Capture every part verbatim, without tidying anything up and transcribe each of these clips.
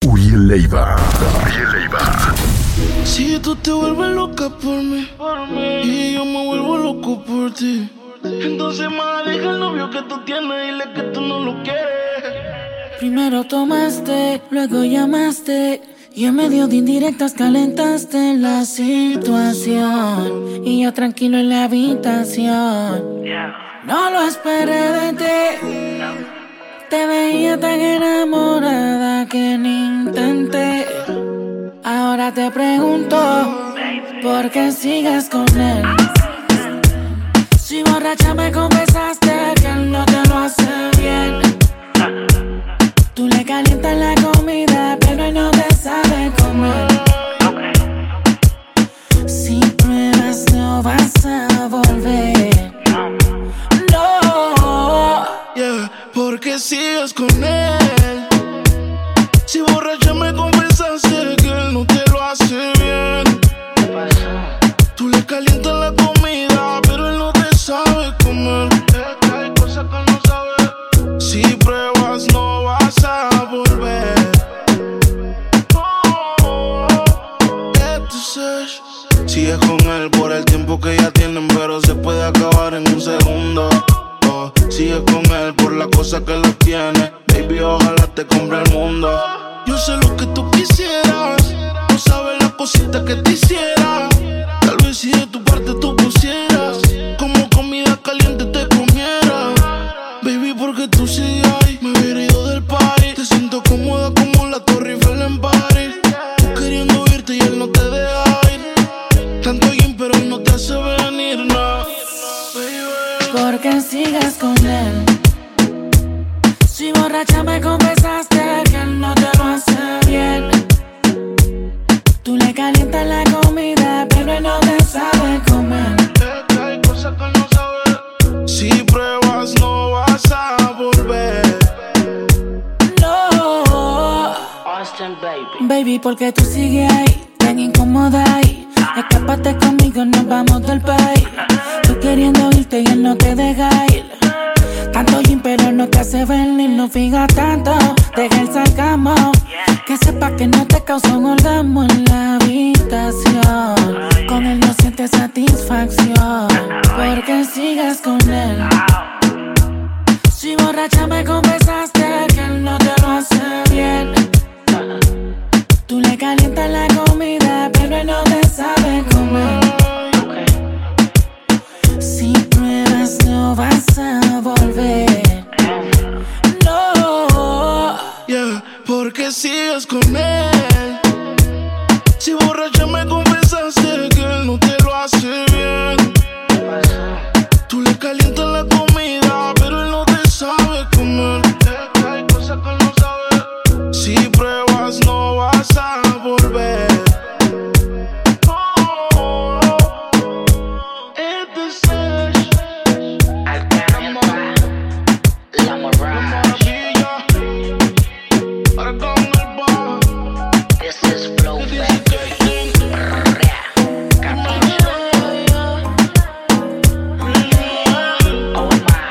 Uriel Leiva. Uriel Leiva. Si tú te vuelves loca por mí, por mí, y yo me vuelvo loco por ti, entonces más deja el novio que tú tienes y dile que tú no lo quieres. Primero tomaste, luego llamaste, y en medio de indirectas calentaste la situación, y yo tranquilo en la habitación. No lo esperé de ti. Te veía tan enamorada que ni intenté. Ahora te pregunto, ¿por qué sigues con él? Si borracha me confesaste que él no te lo hace bien. Tú le calientas la comida, pero él no te sabe comer. Si pruebas no vas a volver. No. Yeah, ¿por qué sigues con él? Si borracha me confesaste que él no te lo hace bien. Tú le calientas la comida, pero él no te sabe comer. Hay cosas que no sabe. Si pruebas no vas a volver. Oh, entonces sigues con él por el tiempo que ya tienen, pero se puede acabar en un segundo. Oh, sigues con él por la cosa que lo tiene. Baby, ojalá te compre el mundo. Yo sé lo que tú quisieras, no sabes las cositas que te hiciera. Tal vez si de tu parte tú pusieras, como comida caliente te comiera. Baby, porque tú sigues ahí, me hubiera ido del party. Te siento cómoda como la Torre Eiffel en París. Tú queriendo irte y él no te deja ir. Tanto bien, pero él no te hace venir, no. ¿Por qué sigues con él? Si borracha me confesaste que él no te lo hace bien. Tú le calientas la comida, pero él no te sabe comer. Es que hay cosas que no sabes. Si pruebas no vas a volver. No. Austin, baby. Baby, porque tú sigues ahí, tan incómoda ahí. Escápate conmigo, nos vamos del país. Tú queriendo irte y él no te deja ir. Tanto gym pero no te hace venir. No fijas tanto, deja el sarcasmo. Que sepa que no te causa un orgasmo en la habitación. Con él no sientes satisfacción. ¿Por qué sigues con él? Si borracha me confesaste que él no te lo hace bien. Tú le calientas la comida, pero él no te sabe comer. Si pruebas no vas a volver. No. Yeah, ¿por qué sigues con él? Si borracha me confesaste que él no te lo hace bien. Tú le calientas la comida, pero él no te sabe comer. Es que hay cosas que no sabes. Si pruebas no vas a volver. Oh, entonces La Mirage. ahora con el bar. This is Flow Factory. Capiche. Oh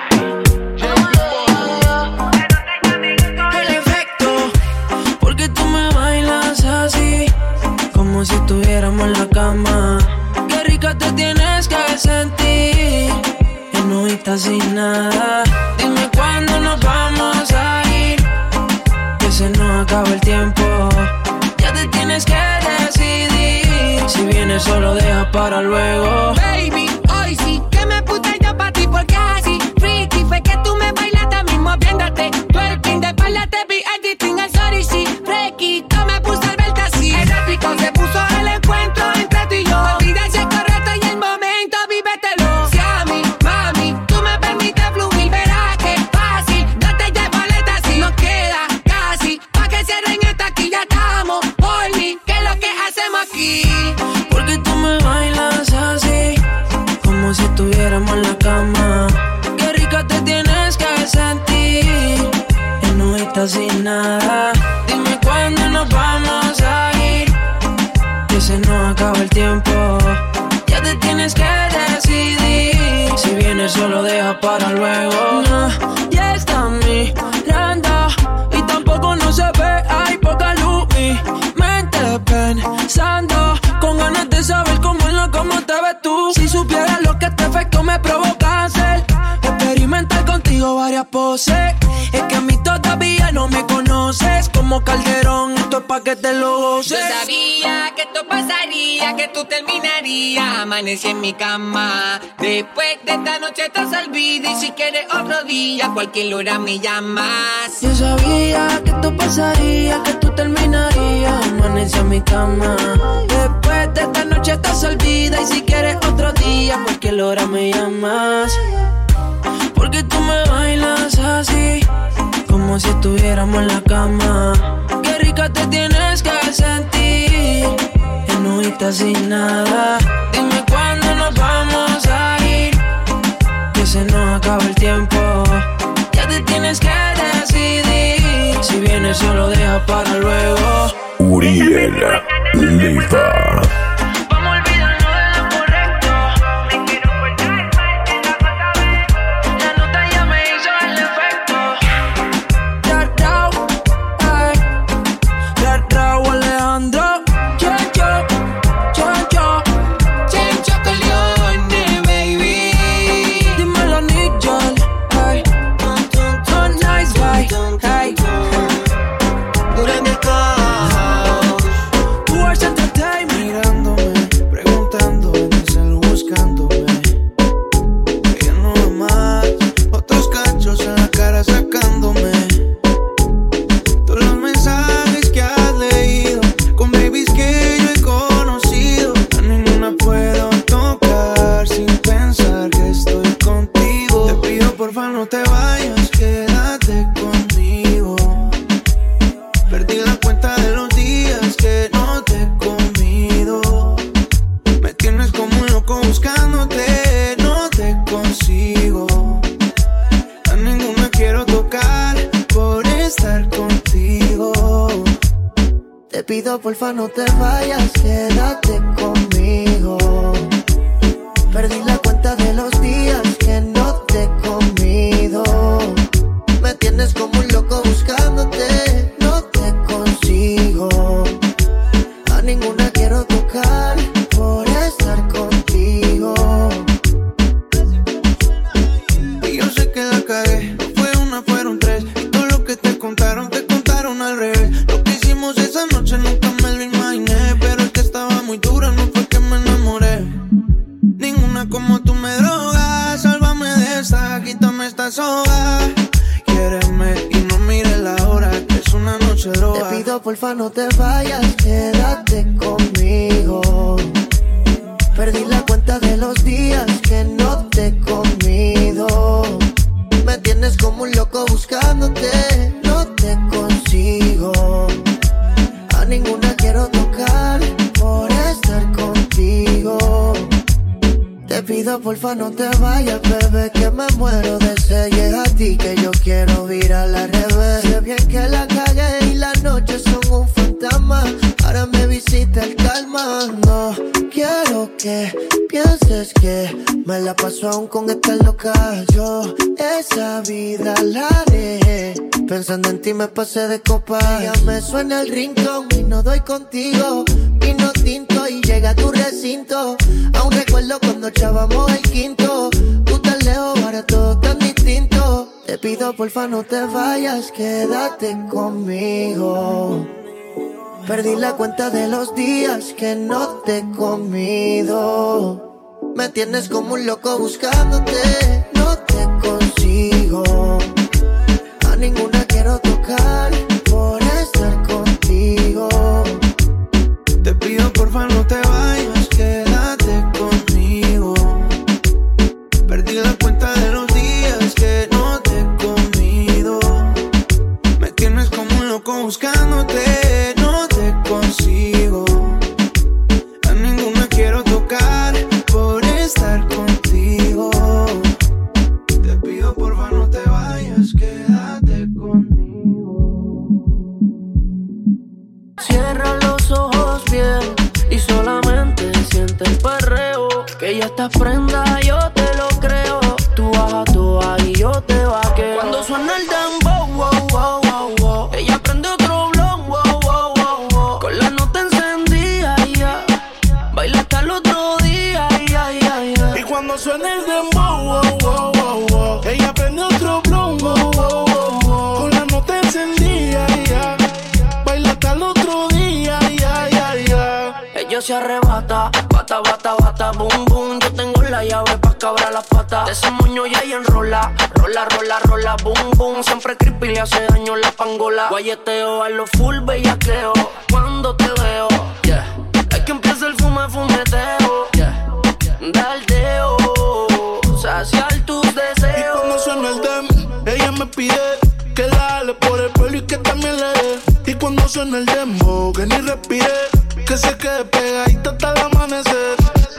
my. El efecto, porque tú me bailas así, como si estuviéramos en la cama. Qué rica te tienes que sentir, y no estás sin nada. Dime cuándo nos vamos a ir, que se nos acaba el tiempo. Ya te tienes que decidir, si vienes solo deja para luego. Baby, hoy sí que me puse yo pa' ti porque así freaky fue que tú me bailaste mismo viéndote. Twerking de espalda te vi editing el sorry sí. Fresquito me puse al verte así. Erótico se puso el encuentro entre tú y yo. Olvida si es correcto y el momento vívetelo. Si a mí, mami, tú me permites fluir, verás que fácil. Date ya paleta si nos queda casi. Pa' que cierren esta aquí ya estamos. Por mí, ¿qué es lo que hacemos aquí? Porque tú me bailas así, como si estuviéramos en la cama. Qué rica te tienes que sentir, y no estás sin nada. Dime cuándo nos vamos a ir, que se nos acaba el tiempo. Ya te tienes que decidir, si vienes solo deja para luego. No, ya está mirando y tampoco no se ve, hay poca luz. Calderón, esto es pa' que te lo goces. Yo sabía que esto pasaría, que tú terminarías. Amanecí en mi cama. Después de esta noche estás al vida. Y si quieres otro día, a cualquier hora me llamas. Yo sabía que esto pasaría, que tú terminarías. Amanecí en mi cama. Después de esta noche estás al vida. Y si quieres otro día, a cualquier hora me llamas. Porque tú me bailas así, como si estuviéramos en la cama. Qué rica te tienes que sentir, enojita sin nada. Dime cuándo nos vamos a ir, que se nos acaba el tiempo. Ya te tienes que decidir, si vienes solo deja para luego. Uriel Leiva. Porfa, no te vayas, quédate conmigo. Perdí la cuenta de los días que no te he comido. Me tienes como un loco buscándote, no te consigo. A ninguna quiero tocar por estar contigo. Y yo sé que la cagué, no fue una, fueron tres. Y todo lo que te contaron, te contaron al revés. Lo que hicimos esa noche nunca me lo imaginé, pero es que estaba muy dura, no fue que me enamoré. Ninguna como tú me drogas, sálvame de esta, quítame esta soga. Quiéreme y no mires la hora, que es una noche droga. Te pido porfa no te vayas, quédate conmigo. Perdí la cuenta de los días que no te he comido. Me tienes como un loco buscándote, no te consigo. A ninguna quiero tocar por estar contigo. Te pido porfa no te vayas, bebé, que me muero de sed. Y es a ti que yo quiero ir a la revés. Sé bien que la cagué y las noches son un fantasma. Ahora me visita el calma. No quiero que pienses que me la paso aún con esta loca. Yo esa vida la dejé, pensando en ti me pasé de copa. Ya me suena el ringtone y no doy contigo. Vino tinto y llega a tu recinto. Aún recuerdo cuando echábamos el quinto. Tú tan lejos, ahora todo tan distinto. Te pido porfa no te vayas, quédate conmigo. Perdí la cuenta de los días que no te he comido. Me tienes como un loco buscándote, no te consigo. A ninguna quiero tocar por estar contigo. Te pido porfa no te vayas, quédate conmigo. Perdí la cuenta de los días que no te he comido. Me tienes como un loco buscándote, no te consigo. A ninguna quiero tocar por estar contigo. Te pido porfa no te vayas, quédate conmigo. Cierra los ojos bien y solamente siente el perreo. Que ya estás prenda, yo te lo creo. Tú vas a toa y yo te vaqueo. Cuando suena el dembow, wow, wow, wow, wow. Ella prende otro blon, wow, wow, wow, wow. Con la nota encendida, ya. Baila hasta el otro día, ya, ya, ya. Y cuando suena el dembow, wow, wow, wow, wow. Ella prende otro blon, wow, wow, wow, wow. Con la nota encendida, ya. se arrebata. Bata, bata, bata, boom, boom. Yo tengo la llave pa' cabrar las patas. De ese moño ya y enrola. Rola, rola, rola, boom, boom. Siempre creepy le hace daño la pangola. Guayeteo a lo full bellaqueo. Cuando te veo, yeah. Hay que empieza el fume, fumeteo, yeah. Daldeo, saciar tus deseos. Y cuando suena el dem, ella me pide que la jale por el pelo y que también le dé. Y cuando suena el dembow, que ni respire, que se quede pegadita hasta el amanecer.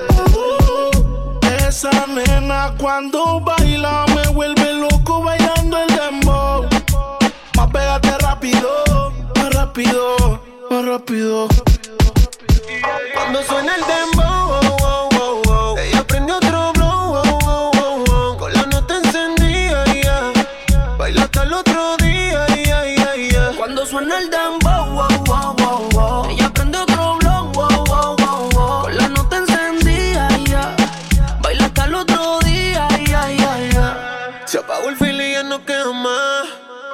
Uh, esa nena cuando baila me vuelve loco bailando el dembow. Más pégate rápido, más rápido, más rápido. Cuando suena el dembow, oh, oh, oh, oh, ella prende otro blow, oh, oh, oh, oh, con la nota encendida, yeah. Baila hasta el otro día, yeah, yeah, yeah. Cuando suena el dembow, oh, oh, oh, oh, ella prende otro blow, oh, oh, oh, oh, con la nota encendida, yeah. Baila hasta el otro día, yeah, yeah, yeah. Se apagó el fil y ya no queda más,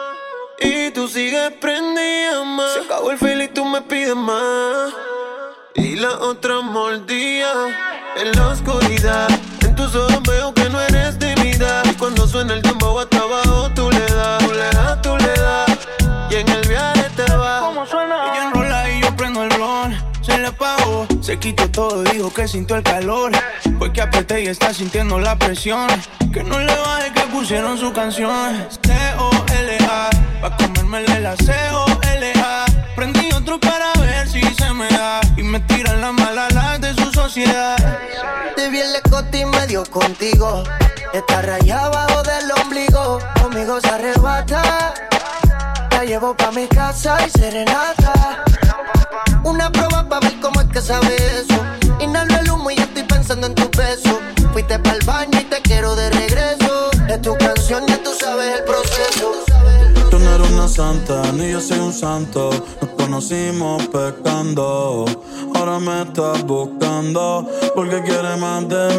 y tú sigues prendida más. Se acabó el fil y tú me pides más, y la otra mordida en la oscuridad. En tus ojos veo que no eres de mi edad. Y cuando suena el dembow hasta abajo tú le das, tú le das, tú le das. Y en el viaje te vas. ¿Cómo suena? Ella enrola y yo prendo el blon. Se le apagó, se quitó todo, dijo que sintió el calor. Fue que apreté y está sintiendo la presión. Que no le baje que pusieron su canción. C O L A, pa' comérmele la C O L A. Prendí otro para ver si se me da. Y me tiran las malas las de su sociedad. Te vi en la escote y me dio contigo. Está rayada abajo del ombligo. Conmigo se arrebata. La llevo pa' mi casa y serenata. Una prueba pa' ver cómo es que sabe eso. Inhalo el humo y yo estoy pensando en tu beso. Fuiste pa'l baño y te quiero de regreso. Es tu canción, ya tú sabes el proceso. Tú no eres una santa, ni yo soy un santo. Nos conocimos pecando. Ahora me estás buscando porque quieres más de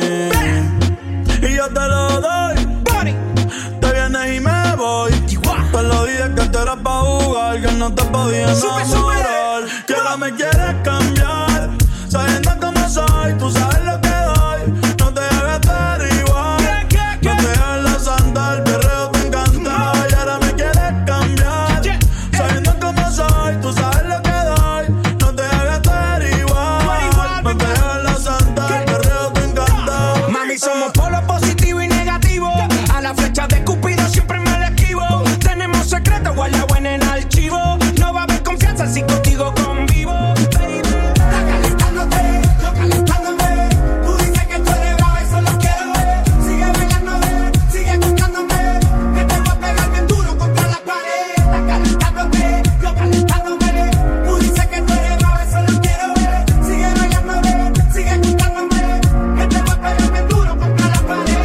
mí. Y yo te lo doy. Te vienes y me voy. Te lo dije que te era pa' jugar, que no te podía enamorar. Que ahora me quieres cambiar, sabiendo cómo soy. Tú sabes lo que doy. No te hagas estar igual. No te hagas la santa, el perreo te encanta. Y ahora me quieres cambiar, sabiendo cómo soy. Tú sabes lo que doy. No te hagas estar igual. No te hagas la santa, el perreo te encanta. Mami, somos polo positivo y negativo. A la flecha de Cupido siempre me la esquivo. Tenemos secretos guardados en el archivo. No va a haber confianza si contigo convivo. Baby, está calentándote, yo calentándome. Tú dices que tú eres brava, eso lo quiero ver. Sigue bailándome, sigue buscándome. Que te voy a pegar bien duro contra la pared. Está calentándote, yo calentándome. Tú dices que tú eres brava, eso lo quiero ver. Sigue bailándome, sigue buscándome. Que te voy a pegar bien duro contra la pared.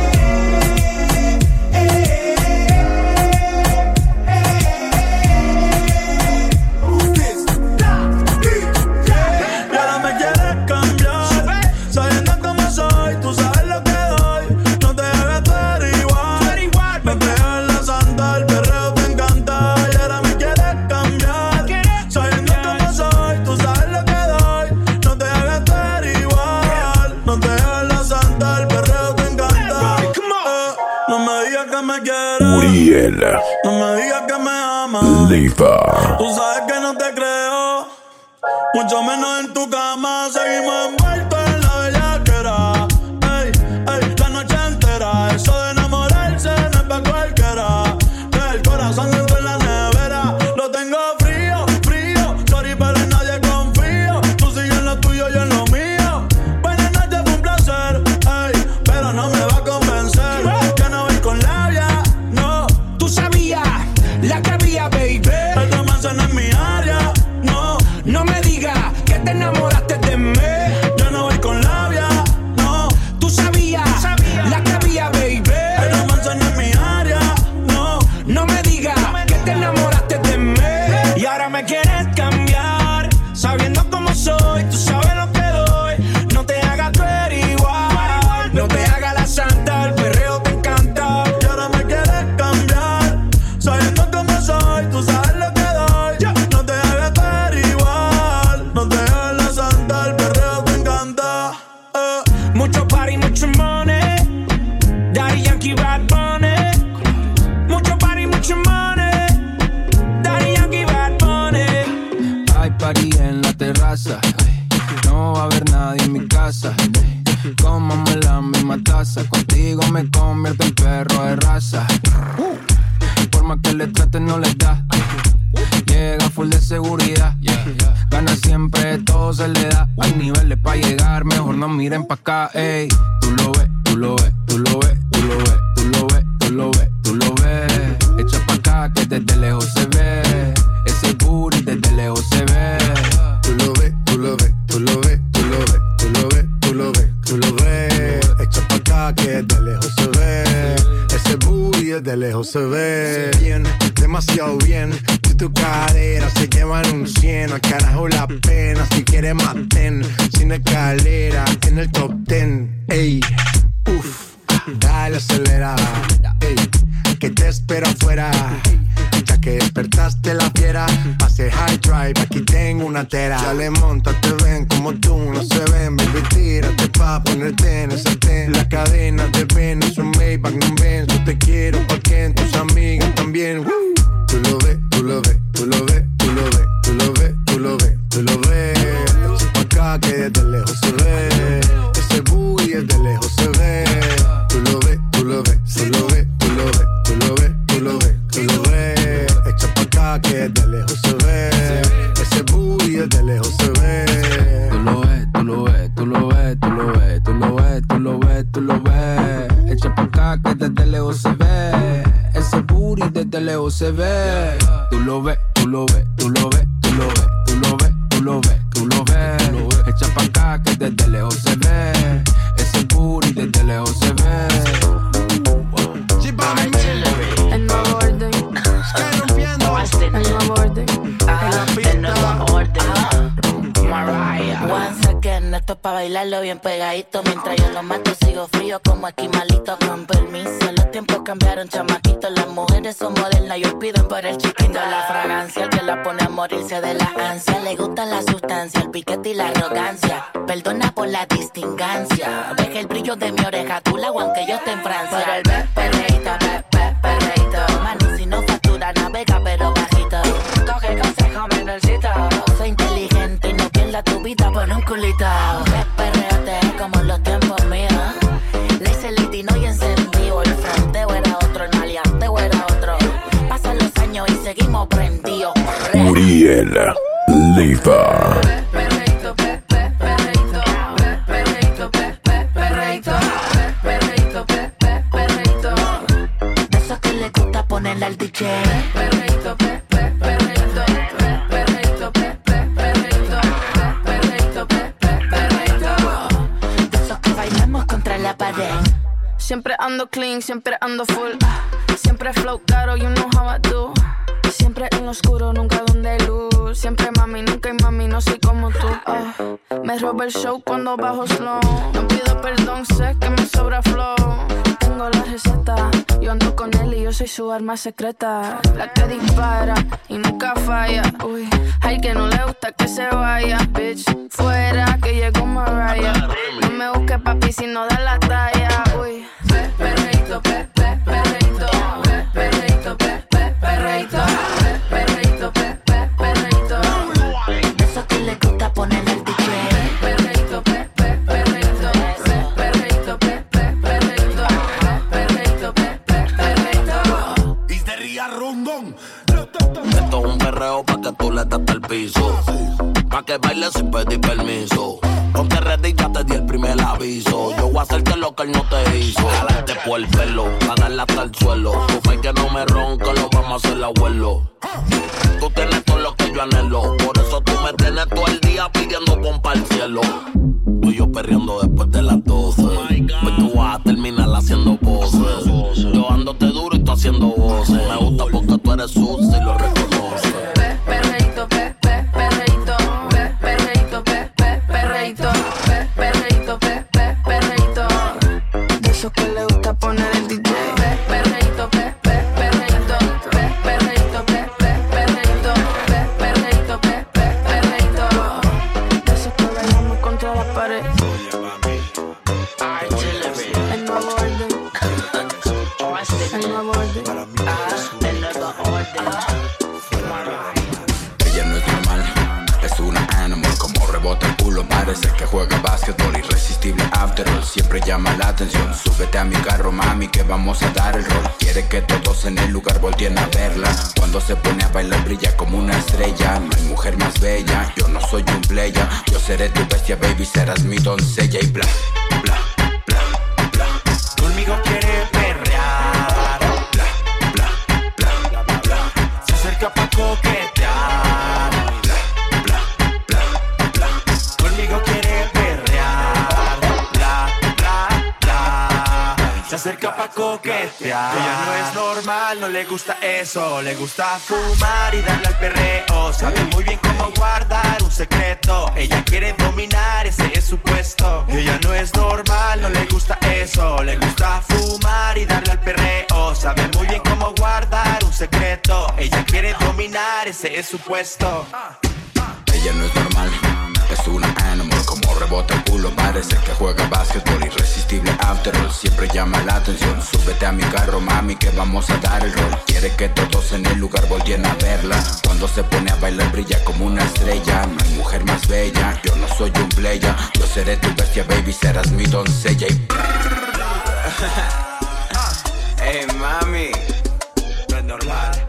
Y ahora me quieres cambiar, sabiendo cómo soy. Tú sabes lo que doy. No te hagas estar igual. No te hagas la santa, el perreo te encanta. Y ahora me quieres cambiar, sabiendo cómo soy. Tú sabes lo que doy. No te hagas estar igual. No te hagas la santa, el perreo te encanta. Eh, no me digas que me quieres, Uriel no me digas que me amas. Leiva. Tú sabes que no te creo, mucho menos en tu cama. Seguimos envueltos en la bellaquera. Ey, ey, la noche entera. Eso de enamorarse no es pa' cualquiera. Que el corazón dentro de la nevera lo tengo frío, frío. Sorry, pero en nadie confío. Tú sigues en lo tuyo, yo en lo mío. Buenas noches, fue un placer. Ey, pero no me va a convencer. Que no voy con labia, no. Tú sabías la que había, baby. El romance no es mi área, no. No me digas que te enamoraste de mí. Yo no voy con labia, no. Tú sabías la que había, baby. El romance no es mi área, no. No me digas que te enamoraste de mí. Y ahora me quieres cambiar, sabiendo cómo soy. Tú sabes lo que doy. No te hagas tú eres igual. No te hagas la santa, el perreo te encanta. Y ahora me quieres cambiar, sabiendo cómo soy. Tú sabes lo que doy. No te hagas estar igual. No te hagas la santa, el perreo party en la terraza. No va a haber nadie en mi casa. Comamos la misma taza. Contigo me convierto en perro de raza. Por más que le traten no les da. Llega full de seguridad. Gana siempre, todo se le da. Hay niveles pa' llegar, mejor no miren pa' acá, ey. Tú lo ves, tú lo ves, tú lo ves, tú lo ves, tú lo ves, tú lo ves, tú lo ves. Echa pa' acá que desde lejos se ve. Ese booty desde lejos se ve. Tú lo ves, tú lo ves, tú lo ves, tú lo ves, tú lo ves, tú lo ves, tú lo ves. Echa pa' acá que desde lejos se ve. Ese booty desde lejos se ve. Bien, demasiado bien. Si tu cadera se llevan un cien, al carajo la pena. Si quieres más ten, sin escalera, en el top ten. Ey, uff, dale acelera. Ey, que te espero afuera. Ya que despertaste la fiera, pase high drive, aquí tengo una tera. Dale, monta, te ven como tú no se ven. Baby, tírate pa' ponerte en el sartén. La cadena de Venus, un Maybach, no ven. Yo te quiero pa' que tus amigas también. Woo. Tú lo ves, tú lo ves, tú lo ves, tú lo ves, tú lo ves, tú lo ves, tú lo ves. Echa pa' acá que desde lejos se ve. Ese booty desde lejos se ve. Tú lo ves, tú lo ves, tú lo ves, tú lo ves, tú lo ves, tú lo ves, tú lo ves. Echa pa' acá que desde lejos se ve. Ese booty desde lejos se ve. Tú lo ves, tú lo ves, tú lo ves, tú lo ves, tú lo ves, tú lo ves, tú lo ves. Echa pa' acá que desde lejos se ve. Ese booty desde lejos se ve. Tú lo ves, tú lo ves, tú lo ves, tú lo ves, tú lo ves, tú lo ves, tú lo ves. Echa pa' acá que desde lejos se ve. Ese booty desde lejos se ve. El nuevo orden. Estoy rompiendo. El nuevo orden. El nuevo orden. Mariah. Once again, esto es pa' bailarlo bien pegadito. Mientras yo lo mato sigo frío como esquimalito. Con permiso, los tiempos cambiaron, chamaquitos. Las mujeres son modernas y hoy piden por el chiquito. La fragancia, el que la pone a morirse de la ansia. Le gusta la sustancia, el piquete y la arrogancia. Perdona por la distingancia. Deja el brillo de mi oreja, tú la aunque yo esté en Francia. Por el be, perreíta, be, be, perreíto. Mano, si no factura, navega pero bajito. Coge consejo, menorcito. Soy inteligente y no pierda tu vida por un culito. Be, perreate como los tiempos míos. Le hice el litino y encendido. El fronteo era otro, el maleanteo era otro. Pasan los años y seguimos prendidos. Uriel Leiva. Perreito, pe, pe, perreito, pe, perreito, pe, pe, perreito, pe, perreito, pe, pe, perreito. De esos que le gusta ponerle al D J. Perreito, pe, pe, perreito, pe, perreito, pe, pe, perreito, pe, perreito, pe, pe, perreito. De esos que bailamos contra la pared. Siempre ando clean, siempre ando full. Siempre flow caro, you know how I do. Siempre en lo oscuro, nunca donde hay luz. Siempre mami, nunca hay mami, no soy como tú. Oh, me roba el show cuando bajo slow. No pido perdón, sé que me sobra flow. Tengo la receta, yo ando con él y yo soy su arma secreta. La que dispara y nunca falla. Uy, al que no le gusta que se vaya. Bitch, fuera que llegó Mariah. No me busques papi si no da la talla. Uy, pe, perreito, pe, pe, perreito, pe, perreito, pe, pe, perreito, pe, perreito, pe, pe, perreito. De esos que le gusta ponerle al D J. Perreito, pe, pe, perreito, pe, perreito, pe, pe, perreito, pe, perreito, pe, pe, perreito. Y te ría rondón. Esto es un perreo pa' que tú le das al piso. Pa' que bailes sin pedir permiso. Ponte ready, ya te di el primer aviso. Yo voy a hacerte lo que él no te hizo. Jalarte por el pelo, a darle hasta el suelo. Tu fe que no me ronca, lo vamos a hacer abuelo. Tú tienes todo lo que yo anhelo. Por eso tú me tienes todo el día pidiendo pompa al cielo. Tú y yo perreando después de las doce. Pues tú vas a terminar haciendo voces. Yo ándote duro y tú haciendo voces. Me gusta porque tú eres sucia y lo reconoces. Pe, perreito, pe, pe, perreito, pe, perreito, pe, pe, perreito, pe, perreito, pe, pe, perreito. De esos que le gusta poner el D J. Pe, perreito, pe, pe, perreito, pe, perreito, pe, pe, perreito, pe, perreito, pe, pe, perreito. rebota el culo, parece que juega básquetbol. Irresistible after all, siempre llama la atención. Súbete a mi carro, mami, que vamos a dar el rol. Quiere que todos en el lugar volteen a verla. Cuando se pone a bailar brilla como una estrella. No hay mujer más bella, yo no soy un playa. Yo seré tu bestia, baby, serás mi doncella. Y bla, bla, bla, bla. Conmigo quiere perrear. Bla, bla, bla, bla, bla. Se acerca pa' coquetear. Bla, bla, bla, bla. Conmigo quiere perrear. Bla, bla, bla. Se acerca pa' coquetear. Ella no es normal, no le gusta eso. Le gusta fumar y darle al perreo. Sabe muy bien cómo guardar un secreto. Ella quiere dominar, ese es su puesto. Ella no es normal, no le gusta eso. Le gusta fumar y darle al perreo. Sabe muy bien cómo guardar un secreto. Ella quiere dominar, ese es su puesto. Ella no es normal, es una animal. Como rebota el culo, parece que juega básquetbol. Irresistible after all, siempre llama la atención. Súbete a mi carro, mami, que vamos a dar el rol. Quiere que todos en el lugar volteen a verla. Cuando se pone a bailar brilla como una estrella. No hay mujer más bella, yo no soy un playa. Yo seré tu bestia, baby, serás mi doncella. Y hey, mami, no es normal.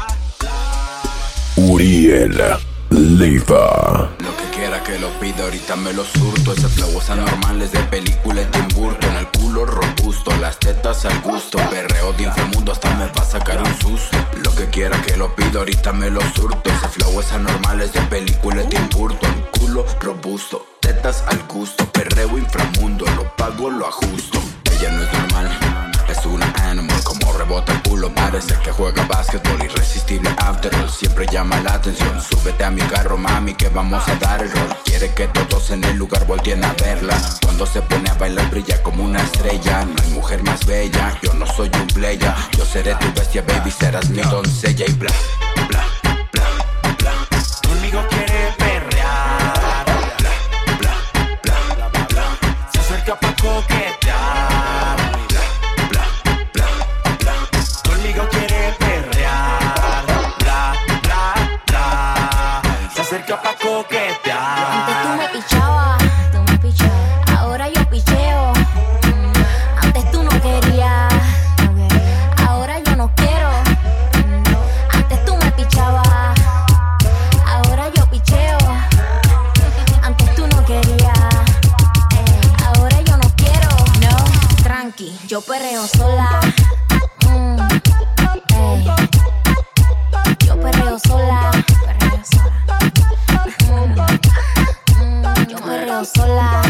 Uriel Leiva. Lo que quiera que lo pida, ahorita me lo surto. Ese flow es anormal, es de película de Tim Burton. El culo robusto, las tetas al gusto. Perreo de inframundo, hasta me va a sacar un susto. Lo que quiera que lo pida, ahorita me lo surto. Ese flow es anormal, es de película de Tim Burton. Culo robusto, tetas al gusto. Perreo inframundo, lo pago, lo ajusto. Ella no es normal, es una animal. Como rebota el culo, parece que juega básquetbol. Irresistible after all, siempre llama la atención. Súbete a mi carro, mami, que vamos a dar el rol. Quiere que todos en el lugar volteen a verla. Cuando se pone a bailar brilla como una estrella. No hay mujer más bella, yo no soy un playa. Yo seré tu bestia, baby, serás mi doncella. Y bla, bla, bla, bla. Conmigo quiere perrear. Bla, bla, bla, bla, bla. Se acerca pa' coquetear. Bla, bla, bla, bla. Conmigo quiere perrear. Bla, bla, bla. Se acerca pa' coquetear. Antes tú me pichabas, tú me pichabas. Ahora yo picheo. Antes tú no querías. Ahora yo no quiero. Antes tú me pichabas. Ahora yo picheo. Antes tú no querías. Ahora yo no quiero. No, tranqui, yo perreo sola. Mm, ey. Yo perreo sola. Perreo sola. Mm, mm, yo perreo sola.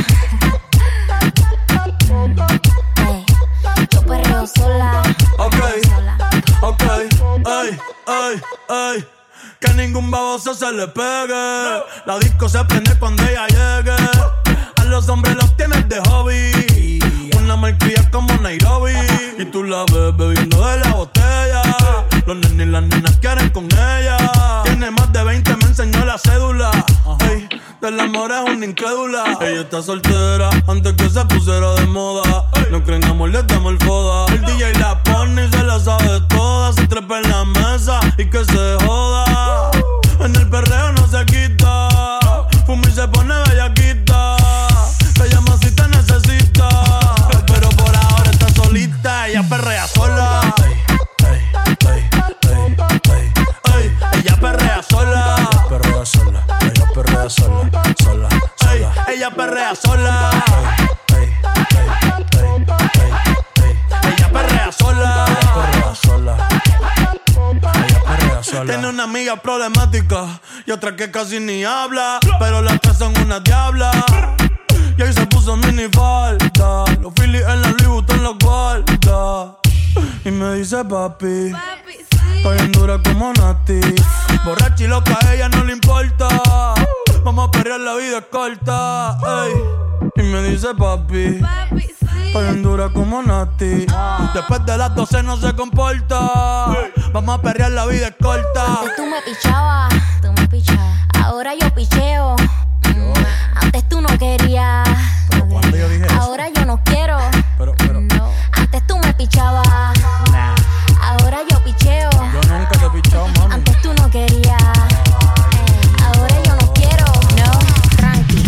Ey. Yo perreo sola. Ok, sola. ok, ey, ey, ey. Que ningún baboso se le pegue. La disco se prende cuando ella llegue. A los hombres los tienes de hobby. Una malcria como Nairobi. Y tú la ves bebiendo de la botella. Los nenes y las nenas quieren con ella. Tiene más de veinte, me enseñó la cédula. Ey, del amor es una incrédula. Ella está soltera antes que se pusiera de moda. No creen amor, le damos el foda. El D J la pone y se la sabe toda. Se trepa en la mesa y que se joda. En el perreo no se quita. Fuma y se pone bellaquita. Te llama si te necesita. Pero por ahora está solita. Ella perrea sola. Ey, ey, ey, ey, ey. Ella perrea sola. Ella perrea sola. Ella perrea sola. Sola, sola. Ella perrea sola. Ey, ey, ey, ey, ey. Ella perrea sola. Ella perrea sola. Ella perrea sola. Tiene una amiga problemática y otra que casi ni habla, pero las tres son una diabla. Y ahí se puso mini falta. Los Phillies en la Louis Vuitton los guarda. Y me dice papi, papi sí. Estoy en dura como Nati. Borracha y loca, a ella no le importa. Vamos a perrear, la vida es corta. Ey. Y me dice papi, papi sí. Estoy en dura como Nati. Después de las doce no se comporta. Vamos a perrear, la vida es corta. Antes tú me pichabas, tú me pichabas. Ahora yo picheo. Mm, antes tú no querías. Pero cuando yo dije ahora eso, yo no quiero. Pero, pero. No. Antes tú me pichabas. Nah. Ahora yo picheo. Yo nunca te he pichado, mami. Antes tú no querías. Ahora yo no quiero. No, tranqui.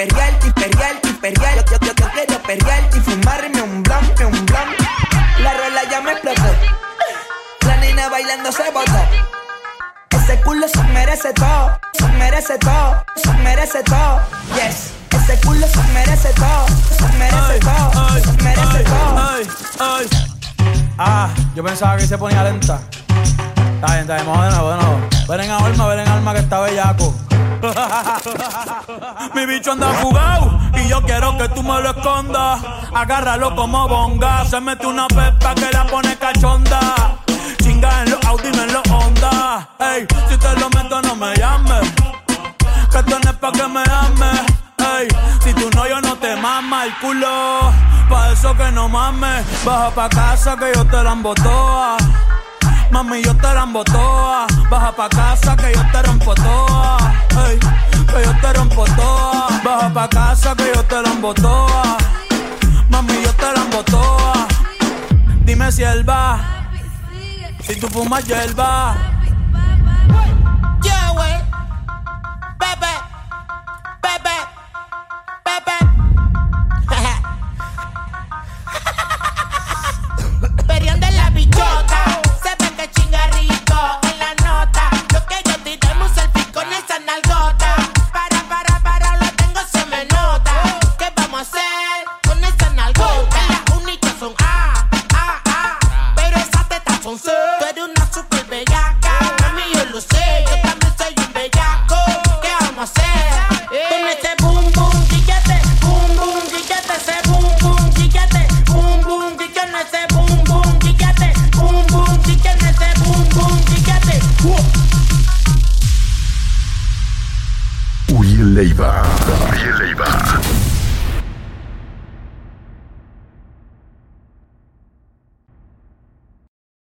perrearte, perrearte, perrearte. Yo, yo, yo quiero perrearte y fumarme un blunt, un blunt. La rola ya me explotó. La nena bailando se botó. Ese culo se merece todo, se merece todo, se merece todo. Yes. Ese culo se merece todo, se merece todo, se merece todo. Ay, ay. Ah, yo pensaba que se ponía lenta. Está bien, está bien, vamos de nuevo, de nuevo. Ven en alma, ven en alma que está bellaco. Mi bicho anda jugado y yo quiero que tú me lo escondas. Agárralo como bonga. Se mete una pepa que la pone cachonda. Chinga en los Audi, no en los Honda. Ey, si te lo meto no me llames, que esto no es pa' que me ames. Ey, si tú no, yo no te mama el culo. Pa' eso que no mames. Baja pa' casa que yo te la embotoa. Mami, yo te la embotoa. Baja pa' casa que yo te rompo toa. Ey, que yo te rompo toa. Baja pa' casa que yo te la embotoa. Mami, yo te la embotoa. Dime si él va, si tú fumas hierba. Yeah, wey. Bebe, bebe, bebe. Perión de la bichota. Se ve que chinga rico en la nota. Lo que yo tiré un selfie con esa nalgota. Para, para, para, lo tengo, se me nota. ¿Qué vamos a hacer con esa nalgota? Las únicas son A, A, A. Pero esas tetas son C. Tú eres una super bellaca. Mami, yo lo sé. Yo también soy un bellaco. ¿Qué vamos a hacer? Con ese boom, boom, guillete. Boom, boom, guillete. Ese boom, boom, guillete. Boom, boom, guillete. Ese boom, boom, guillete. Boom, boom, guillete. Ese boom, boom, guillete. Will Leiva. Will Leiva.